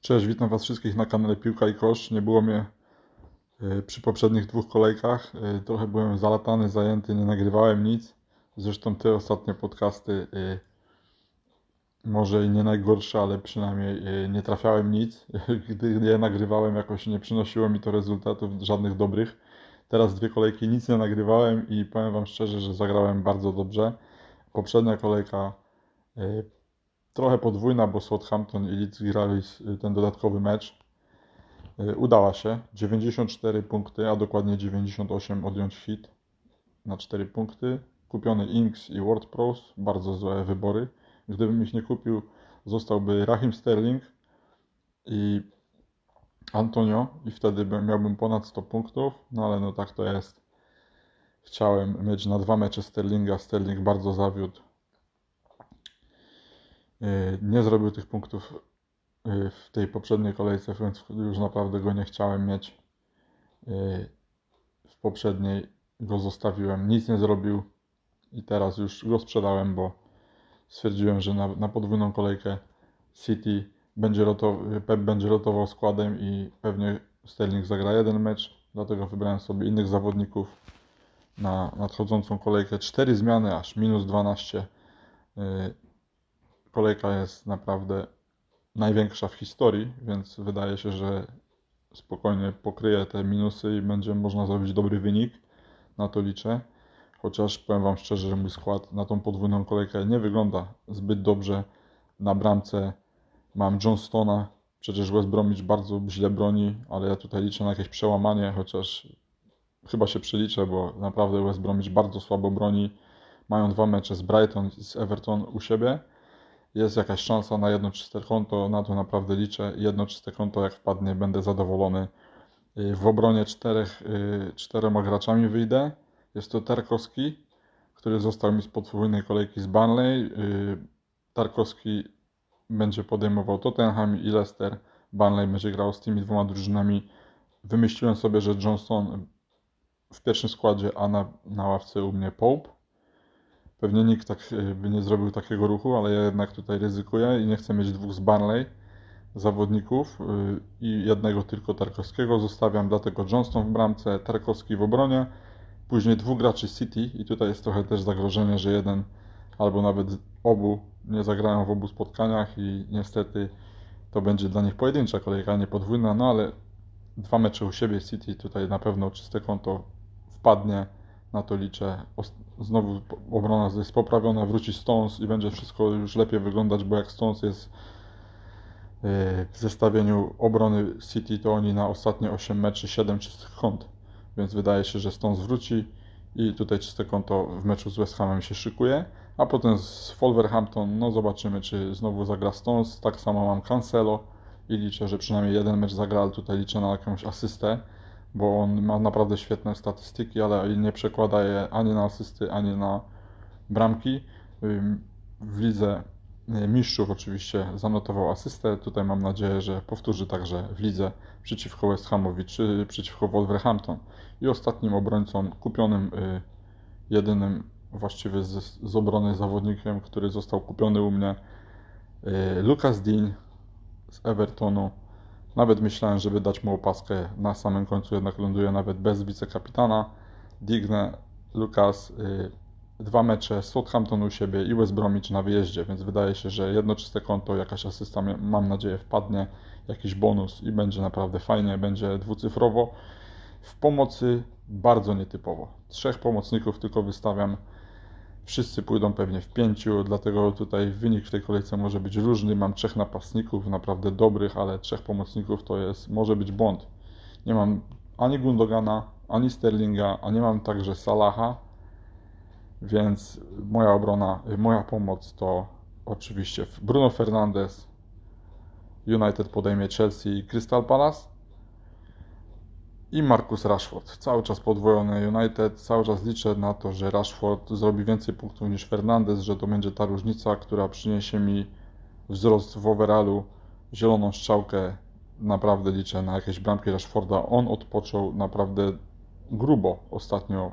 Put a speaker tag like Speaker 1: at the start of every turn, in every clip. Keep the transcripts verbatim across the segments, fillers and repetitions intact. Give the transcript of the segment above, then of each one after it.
Speaker 1: Cześć, witam Was wszystkich na kanale Piłka i Kosz. Nie było mnie y, przy poprzednich dwóch kolejkach. Y, Trochę byłem zalatany, zajęty, nie nagrywałem nic. Zresztą te ostatnie podcasty y, może i nie najgorsze, ale przynajmniej y, nie trafiałem nic. Gdy je nagrywałem, jakoś nie przynosiło mi to rezultatów żadnych dobrych. Teraz dwie kolejki nic nie nagrywałem i powiem Wam szczerze, że zagrałem bardzo dobrze. Poprzednia kolejka y, trochę podwójna, bo Southampton i Leeds grali ten dodatkowy mecz. Udała się. dziewięćdziesiąt cztery punkty, a dokładnie dziewięćdziesiąt osiem odjąć hit na cztery punkty. Kupiony Ings i WordPros, bardzo złe wybory. Gdybym ich nie kupił, zostałby Raheem Sterling i Antonio i wtedy miałbym ponad sto punktów, no ale no tak to jest. Chciałem mieć na dwa mecze Sterlinga, Sterling bardzo zawiódł. Nie zrobił tych punktów w tej poprzedniej kolejce, więc już naprawdę go nie chciałem mieć. W poprzedniej go zostawiłem, nic nie zrobił i teraz już go sprzedałem, bo stwierdziłem, że na, na podwójną kolejkę City będzie rotował, Pep będzie rotował składem i pewnie Sterling zagra jeden mecz, dlatego wybrałem sobie innych zawodników na nadchodzącą kolejkę. Cztery zmiany, aż minus dwanaście. Kolejka jest naprawdę największa w historii, więc wydaje się, że spokojnie pokryje te minusy i będzie można zrobić dobry wynik. Na to liczę. Chociaż powiem Wam szczerze, że mój skład na tą podwójną kolejkę nie wygląda zbyt dobrze. Na bramce mam Johnstona, przecież West Bromwich bardzo źle broni, ale ja tutaj liczę na jakieś przełamanie, chociaż chyba się przeliczę, bo naprawdę West Bromwich bardzo słabo broni. Mają dwa mecze z Brighton i z Everton u siebie. Jest jakaś szansa na jedno czyste konto, na to naprawdę liczę. Jedno czyste konto jak wpadnie, będę zadowolony. W obronie czterech, czterema graczami wyjdę. Jest to Tarkowski, który został mi z podwójnej kolejki z Burnley. Tarkowski będzie podejmował Tottenham i Leicester. Burnley będzie grał z tymi dwoma drużynami. Wymyśliłem sobie, że Johnson w pierwszym składzie, a na, na ławce u mnie Pope. Pewnie nikt tak by nie zrobił takiego ruchu, ale ja jednak tutaj ryzykuję i nie chcę mieć dwóch z Burnley zawodników i jednego tylko Tarkowskiego. Zostawiam dlatego Johnston w bramce, Tarkowski w obronie, później dwóch graczy City i tutaj jest trochę też zagrożenie, że jeden albo nawet obu nie zagrają w obu spotkaniach i niestety to będzie dla nich pojedyncza kolejka, nie podwójna, no ale dwa mecze u siebie City, tutaj na pewno czyste konto wpadnie, na to liczę. Znowu obrona jest poprawiona, wróci Stones i będzie wszystko już lepiej wyglądać, bo jak Stones jest w zestawieniu obrony City, to oni na ostatnie osiem meczy siedem czystych kąt, więc wydaje się, że Stones wróci i tutaj czyste konto w meczu z West Hamem się szykuje, a potem z Wolverhampton, no zobaczymy, czy znowu zagra Stones. Tak samo mam Cancelo i liczę, że przynajmniej jeden mecz zagra, ale tutaj liczę na jakąś asystę, bo on ma naprawdę świetne statystyki, ale nie przekłada je ani na asysty, ani na bramki. W lidze mistrzów oczywiście zanotował asystę. Tutaj mam nadzieję, że powtórzy także w lidze przeciwko West Hamowi czy przeciwko Wolverhampton. I ostatnim obrońcą kupionym, jedynym właściwie z, z obrony zawodnikiem, który został kupiony u mnie, Lucas Digne z Evertonu. Nawet myślałem, żeby dać mu opaskę na samym końcu, jednak ląduje nawet bez wicekapitana. Digne, Lucas, dwa mecze Southampton u siebie i West Bromwich na wyjeździe, więc wydaje się, że jedno czyste konto, jakaś asysta, mam nadzieję, wpadnie, jakiś bonus i będzie naprawdę fajnie, będzie dwucyfrowo. W pomocy bardzo nietypowo. Trzech pomocników tylko wystawiam. Wszyscy pójdą pewnie w pięciu, dlatego tutaj wynik w tej kolejce może być różny. Mam trzech napastników, naprawdę dobrych, ale trzech pomocników to jest, może być błąd. Nie mam ani Gundogana, ani Sterlinga, a nie mam także Salaha, więc moja obrona, moja pomoc to oczywiście Bruno Fernandes, United podejmie Chelsea i Crystal Palace i Marcus Rashford. Cały czas podwojony United, cały czas liczę na to, że Rashford zrobi więcej punktów niż Fernandes, że to będzie ta różnica, która przyniesie mi wzrost w overallu, zieloną strzałkę. Naprawdę liczę na jakieś bramki Rashforda. On odpoczął naprawdę grubo ostatnio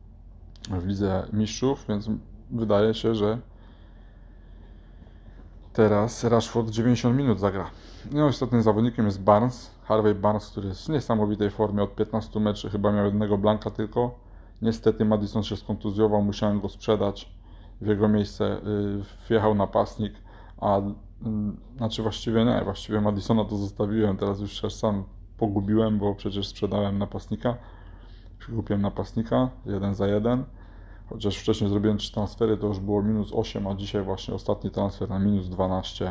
Speaker 1: w Lidze Mistrzów, więc wydaje się, że Teraz Rashford dziewięćdziesiąt minut zagra. No, ostatnim zawodnikiem jest Barnes, Harvey Barnes, który jest w niesamowitej formie od piętnastu meczy, chyba miał jednego blanka tylko. Niestety Maddison się skontuzjował, musiałem go sprzedać. W jego miejsce yy, wjechał napastnik, a yy, znaczy właściwie nie, właściwie Maddisona to zostawiłem, teraz już się sam pogubiłem, bo przecież sprzedałem napastnika. Kupiłem napastnika, jeden za jeden. Chociaż wcześniej zrobiłem trzy transfery, to już było minus osiem, a dzisiaj właśnie ostatni transfer na minus dwanaście.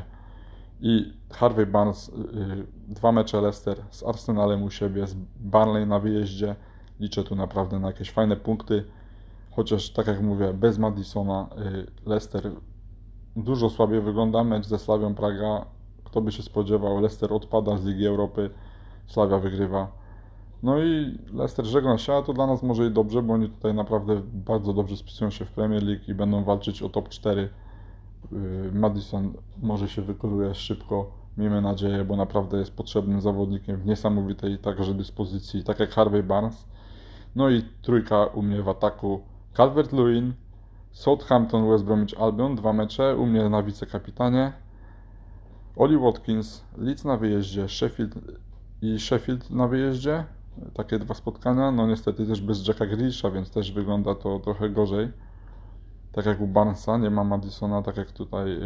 Speaker 1: I Harvey Barnes, yy, dwa mecze Leicester z Arsenalem u siebie, z Burnley na wyjeździe. Liczę tu naprawdę na jakieś fajne punkty. Chociaż tak jak mówię, bez Maddisona yy, Leicester dużo słabiej wygląda. Mecz ze Slawią Praga, kto by się spodziewał, Leicester odpada z Ligi Europy, Slavia wygrywa. No i Leicester żegna się, a to dla nas może i dobrze, bo oni tutaj naprawdę bardzo dobrze spisują się w Premier League i będą walczyć o top cztery. Maddison może się wykruje szybko, miejmy nadzieję, bo naprawdę jest potrzebnym zawodnikiem w niesamowitej także dyspozycji, tak jak Harvey Barnes. No i trójka u mnie w ataku: Calvert-Lewin, Southampton, West Bromwich Albion, dwa mecze, u mnie na wicekapitanie. Oli Watkins, Leeds na wyjeździe, Sheffield i Sheffield na wyjeździe. Takie dwa spotkania, no niestety też bez Jacka Grealisha, więc też wygląda to trochę gorzej. Tak jak u Barnesa, nie ma Maddisona, tak jak tutaj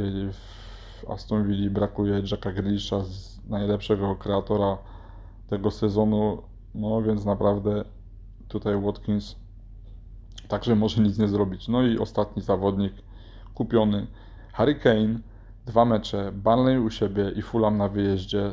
Speaker 1: w Aston Villa brakuje Jacka Grealisha, z najlepszego kreatora tego sezonu, no więc naprawdę tutaj Watkins także może nic nie zrobić. No i ostatni zawodnik kupiony, Harry Kane, dwa mecze, Burnley u siebie i Fulham na wyjeździe.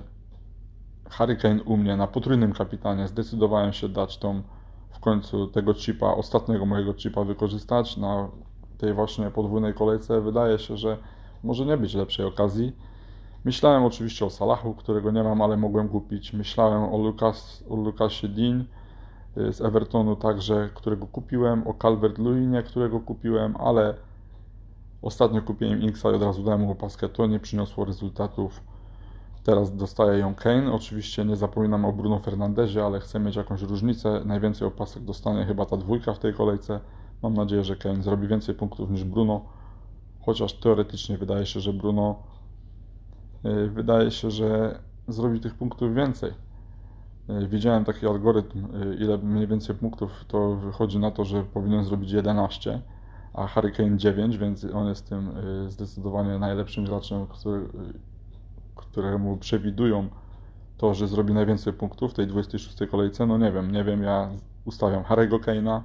Speaker 1: Harry Kane u mnie na potrójnym kapitanie, zdecydowałem się dać tą w końcu tego chipa, ostatniego mojego chipa wykorzystać na tej właśnie podwójnej kolejce. Wydaje się, że może nie być lepszej okazji. Myślałem oczywiście o Salachu, którego nie mam, ale mogłem kupić. Myślałem o, Lucas, o Lucasie Dean z Evertonu także, którego kupiłem, o Calvert-Lewinie, którego kupiłem, ale ostatnio kupiłem Inksa i od razu dałem mu opaskę. To nie przyniosło rezultatów. Teraz dostaje ją Kane. Oczywiście nie zapominam o Bruno Fernandezie, ale chcę mieć jakąś różnicę. Najwięcej opasek dostanie chyba ta dwójka w tej kolejce. Mam nadzieję, że Kane zrobi więcej punktów niż Bruno. Chociaż teoretycznie wydaje się, że Bruno yy, wydaje się, że zrobi tych punktów więcej. Yy, widziałem taki algorytm, yy, ile mniej więcej punktów, to wychodzi na to, że powinien zrobić jedenaście, a Harry Kane dziewięć, więc on jest tym yy, zdecydowanie najlepszym graczem, który yy, któremu przewidują to, że zrobi najwięcej punktów w tej dwudziestej szóstej kolejce. No nie wiem, nie wiem, ja ustawiam Harry'ego Kane'a.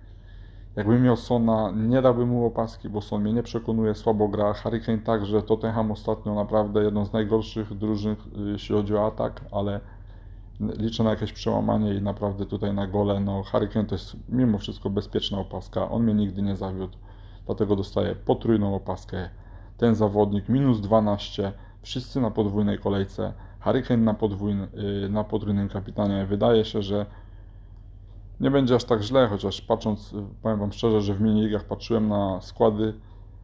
Speaker 1: Jakbym miał Sona, nie dałbym mu opaski, bo Son mnie nie przekonuje, słabo gra. Harry Kane także, Tottenham ostatnio naprawdę jedną z najgorszych drużyn, jeśli chodzi o atak, ale liczę na jakieś przełamanie i naprawdę tutaj na gole. No Harry Kane to jest mimo wszystko bezpieczna opaska, on mnie nigdy nie zawiódł, dlatego dostaję potrójną opaskę. Ten zawodnik minus dwanaście, wszyscy na podwójnej kolejce, Harry Kane na, podwójny, na potrójnym kapitanie. Wydaje się, że nie będzie aż tak źle, chociaż patrząc, powiem Wam szczerze, że w mini-ligach patrzyłem na składy,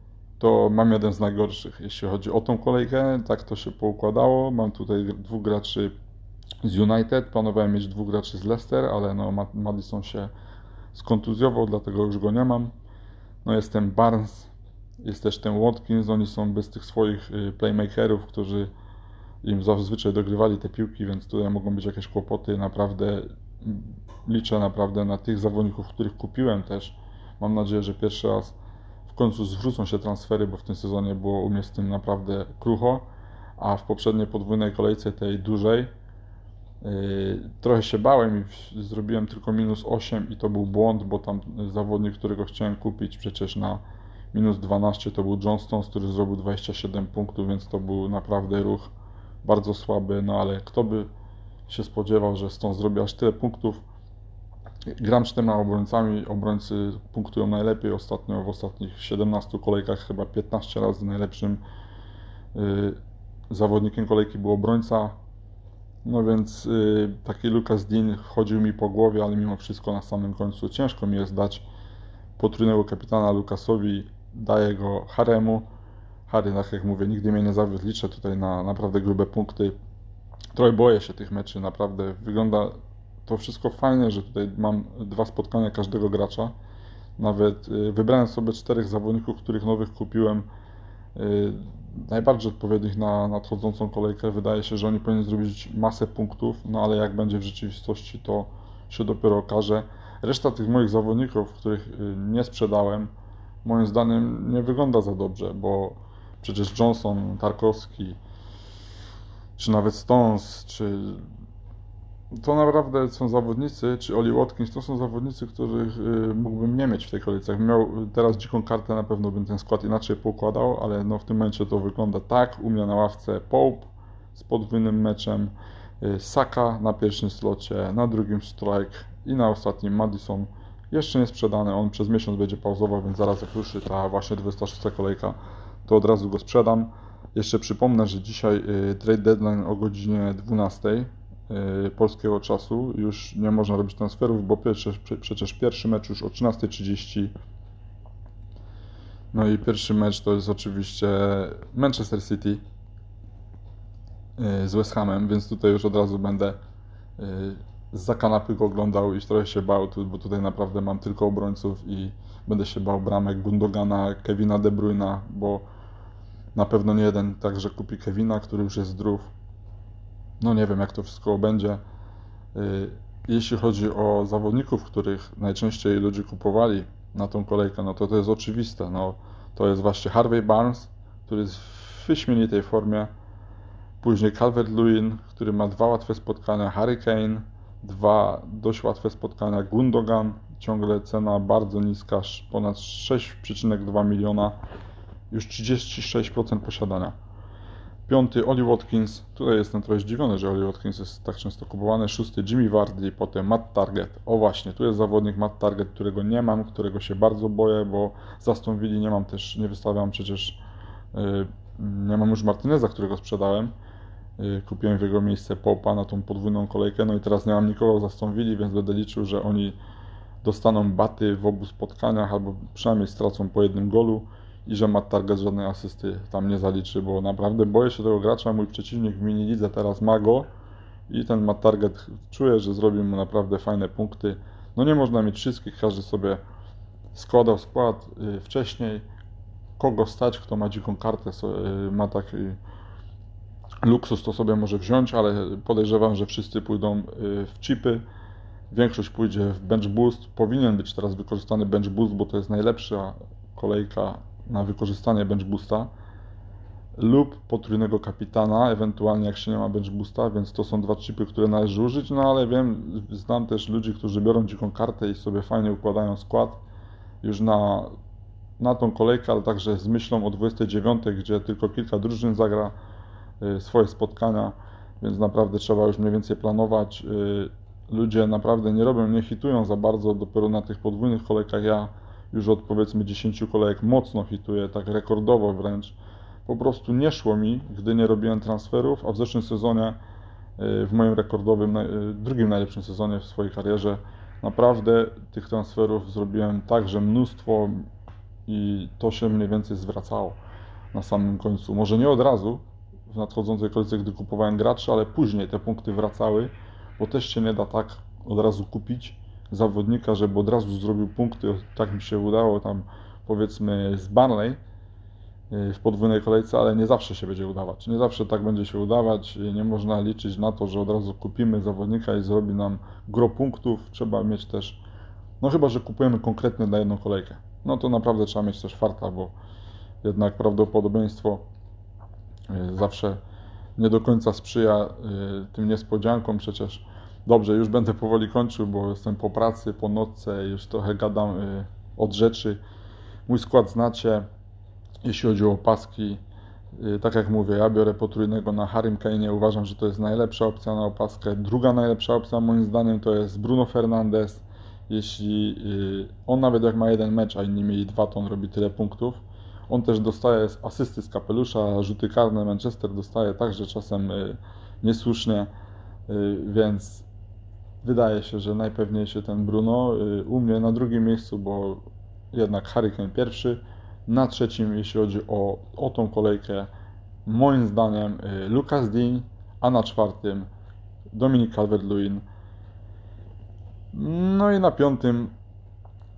Speaker 1: to mam jeden z najgorszych, jeśli chodzi o tą kolejkę. Tak to się poukładało. Mam tutaj dwóch graczy z United, planowałem mieć dwóch graczy z Leicester, ale no Maddison się skontuzjował, dlatego już go nie mam. No jest ten Barnes, jest też ten Watkins, oni są bez tych swoich playmakerów, którzy im zazwyczaj dogrywali te piłki, więc tutaj mogą być jakieś kłopoty. Naprawdę liczę naprawdę na tych zawodników, których kupiłem też. Mam nadzieję, że pierwszy raz w końcu zwrócą się transfery, bo w tym sezonie było u mnie z tym naprawdę krucho, a w poprzedniej podwójnej kolejce, tej dużej, yy, trochę się bałem i zrobiłem tylko minus osiem i to był błąd, bo tam zawodnik, którego chciałem kupić przecież na minus dwanaście, to był John Stones, który zrobił dwadzieścia siedem punktów, więc to był naprawdę ruch bardzo słaby, no ale kto by się spodziewał, że Stones zrobi aż tyle punktów. Gram czterema obrońcami, obrońcy punktują najlepiej ostatnio, w ostatnich siedemnastu kolejkach chyba piętnaście razy najlepszym yy, zawodnikiem kolejki był obrońca. No więc yy, taki Lucas Dean chodził mi po głowie, ale mimo wszystko na samym końcu ciężko mi jest dać potrójnego kapitana Lucasowi, daję go Haremu. Harry, tak jak mówię, nigdy mnie nie zawiódł, liczę tutaj na naprawdę grube punkty. Trochę boję się tych meczy, naprawdę wygląda to wszystko fajnie, że tutaj mam dwa spotkania każdego gracza. Nawet wybrałem sobie czterech zawodników, których nowych kupiłem najbardziej odpowiednich na nadchodzącą kolejkę. Wydaje się, że oni powinni zrobić masę punktów, no ale jak będzie w rzeczywistości, to się dopiero okaże. Reszta tych moich zawodników, których nie sprzedałem, moim zdaniem nie wygląda za dobrze, bo przecież Johnson, Tarkowski, czy nawet Stones, czy to naprawdę są zawodnicy, czy Oli Watkins, to są zawodnicy, których mógłbym nie mieć w tej kolejce. Jakbym miał teraz dziką kartę, na pewno bym ten skład inaczej poukładał, ale no w tym momencie to wygląda tak. U mnie na ławce Pope z podwójnym meczem, Saka na pierwszym slocie, na drugim Strike i na ostatnim Maddison. Jeszcze nie sprzedany, on przez miesiąc będzie pauzował, więc zaraz jak ruszy ta właśnie dwudziesta szósta kolejka, to od razu go sprzedam. Jeszcze przypomnę, że dzisiaj trade deadline o godzinie dwunastej polskiego czasu. Już nie można robić transferów, bo przecież, przecież pierwszy mecz już o trzynasta trzydzieści. No i pierwszy mecz to jest oczywiście Manchester City z West Hamem, więc tutaj już od razu będę zza kanapy go oglądał i trochę się bał, bo tutaj naprawdę mam tylko obrońców i będę się bał bramek Gundogana, Kevina De Bruyne'a, bo na pewno nie jeden także kupi Kevina, który już jest zdrów. No nie wiem, jak to wszystko będzie. Jeśli chodzi o zawodników, których najczęściej ludzie kupowali na tą kolejkę, no to to jest oczywiste. No, to jest właśnie Harvey Barnes, który jest w wyśmienitej formie. Później Calvert-Lewin, który ma dwa łatwe spotkania. Harry Kane, dwa dość łatwe spotkania. Gundogan, ciągle cena bardzo niska, ponad sześć przecinek dwa miliona. Już trzydzieści sześć procent posiadania. Piąty Oli Watkins, tutaj jestem trochę zdziwiony, że Oli Watkins jest tak często kupowany. Szósty Jimmy Vardy, potem Matt Target. O właśnie, tu jest zawodnik Matt Target, którego nie mam, którego się bardzo boję, bo z Aston Villa nie mam też, nie wystawiam przecież, yy, nie mam już Martineza, którego sprzedałem. Yy, kupiłem w jego miejsce Popa na tą podwójną kolejkę, no i teraz nie mam nikogo z Aston Villa, więc będę liczył, że oni dostaną baty w obu spotkaniach, albo przynajmniej stracą po jednym golu. I że Matt Target żadnej asysty tam nie zaliczy, bo naprawdę boję się tego gracza. Mój przeciwnik w minilidze teraz ma go i ten Matt Target czuję, że zrobił mu naprawdę fajne punkty. No nie można mieć wszystkich, każdy sobie składał skład wcześniej. Kogo stać, kto ma dziką kartę, ma taki luksus, to sobie może wziąć, ale podejrzewam, że wszyscy pójdą w chipy. Większość pójdzie w bench boost. Powinien być teraz wykorzystany bench boost, bo to jest najlepsza kolejka na wykorzystanie bench boosta lub potrójnego kapitana, ewentualnie jak się nie ma bench boosta, więc to są dwa chipy, które należy użyć, no ale wiem, znam też ludzi, którzy biorą dziką kartę i sobie fajnie układają skład już na, na tą kolejkę, ale także z myślą o dwudziestej dziewiątej, gdzie tylko kilka drużyn zagra swoje spotkania, więc naprawdę trzeba już mniej więcej planować. Ludzie naprawdę nie robią, nie hitują za bardzo, dopiero na tych podwójnych kolejkach ja już od powiedzmy dziesięciu kolejek mocno hituję, tak rekordowo wręcz. Po prostu nie szło mi, gdy nie robiłem transferów, a w zeszłym sezonie, w moim rekordowym, drugim najlepszym sezonie w swojej karierze, naprawdę tych transferów zrobiłem także mnóstwo i to się mniej więcej zwracało na samym końcu. Może nie od razu, w nadchodzącej kolejce, gdy kupowałem graczy, ale później te punkty wracały, bo też się nie da tak od razu kupić zawodnika, żeby od razu zrobił punkty. Tak mi się udało tam powiedzmy z Burnley w podwójnej kolejce, ale nie zawsze się będzie udawać. Nie zawsze tak będzie się udawać. Nie można liczyć na to, że od razu kupimy zawodnika i zrobi nam gro punktów. Trzeba mieć też, no chyba, że kupujemy konkretnie na jedną kolejkę. No to naprawdę trzeba mieć też farta, bo jednak prawdopodobieństwo zawsze nie do końca sprzyja tym niespodziankom. Przecież dobrze, już będę powoli kończył, bo jestem po pracy, po nocce, już trochę gadam od rzeczy. Mój skład znacie, jeśli chodzi o opaski. Tak jak mówię, ja biorę potrójnego na Harrym Kane'ie, uważam, że to jest najlepsza opcja na opaskę. Druga najlepsza opcja moim zdaniem to jest Bruno Fernandes. Jeśli on nawet jak ma jeden mecz, a inni mieli dwa, to on robi tyle punktów. On też dostaje asysty z kapelusza, rzuty karne, Manchester dostaje także czasem niesłusznie, więc wydaje się, że najpewniejszy ten Bruno. U mnie na drugim miejscu, bo jednak Harry Kane pierwszy. Na trzecim, jeśli chodzi o, o tą kolejkę, moim zdaniem Lucas Digne, a na czwartym Dominic Calvert-Lewin. No i na piątym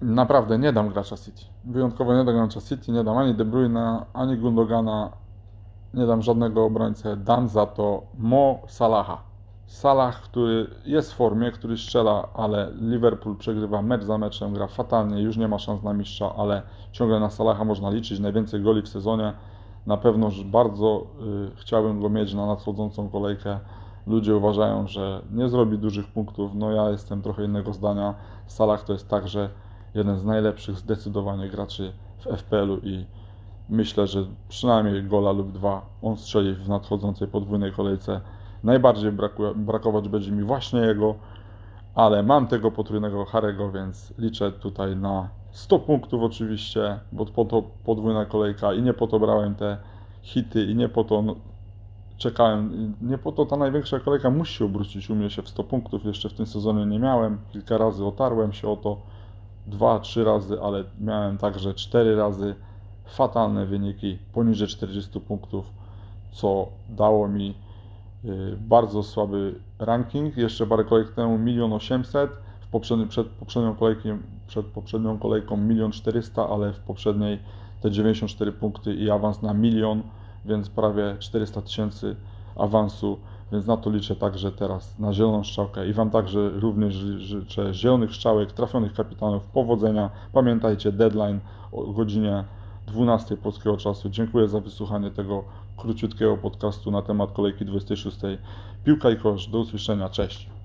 Speaker 1: Naprawdę nie dam gracza City. Wyjątkowo nie dam gracza City, nie dam ani De Bruyne, ani Gundogana, nie dam żadnego obrońcę. Dam za to Mo Salaha. Salah, który jest w formie, który strzela, ale Liverpool przegrywa mecz za meczem, gra fatalnie, już nie ma szans na mistrza, ale ciągle na Salaha można liczyć. Najwięcej goli w sezonie. Na pewno bardzo y, chciałbym go mieć na nadchodzącą kolejkę. Ludzie uważają, że nie zrobi dużych punktów. No ja jestem trochę innego zdania. Salah to jest także jeden z najlepszych zdecydowanie graczy w F P L u i myślę, że przynajmniej gola lub dwa on strzeli w nadchodzącej podwójnej kolejce. Najbardziej braku- brakować będzie mi właśnie jego, ale mam tego potrójnego Harego, więc liczę tutaj na sto punktów oczywiście, bo po to podwójna kolejka i nie po to brałem te hity i nie po to no, czekałem, nie po to ta największa kolejka musi się obrócić u mnie się w sto punktów, jeszcze w tym sezonie nie miałem, kilka razy otarłem się o to, dwa, trzy razy, ale miałem także cztery razy fatalne wyniki poniżej czterdziestu punktów, co dało mi bardzo słaby ranking. Jeszcze parę kolejek temu milion osiemset, w poprzednim, przed, poprzednią kolejką, przed poprzednią kolejką milion czterysta, ale w poprzedniej te dziewięćdziesiąt cztery punkty i awans na milion, więc prawie czterysta tysięcy awansu, więc na to liczę także teraz na zieloną strzałkę i Wam także również życzę zielonych strzałek, trafionych kapitanów, powodzenia. Pamiętajcie, deadline o godzinie dwunastej polskiego czasu. Dziękuję za wysłuchanie tego króciutkiego podcastu na temat kolejki dwudziestej szóstej. Piłka i kosz. Do usłyszenia. Cześć.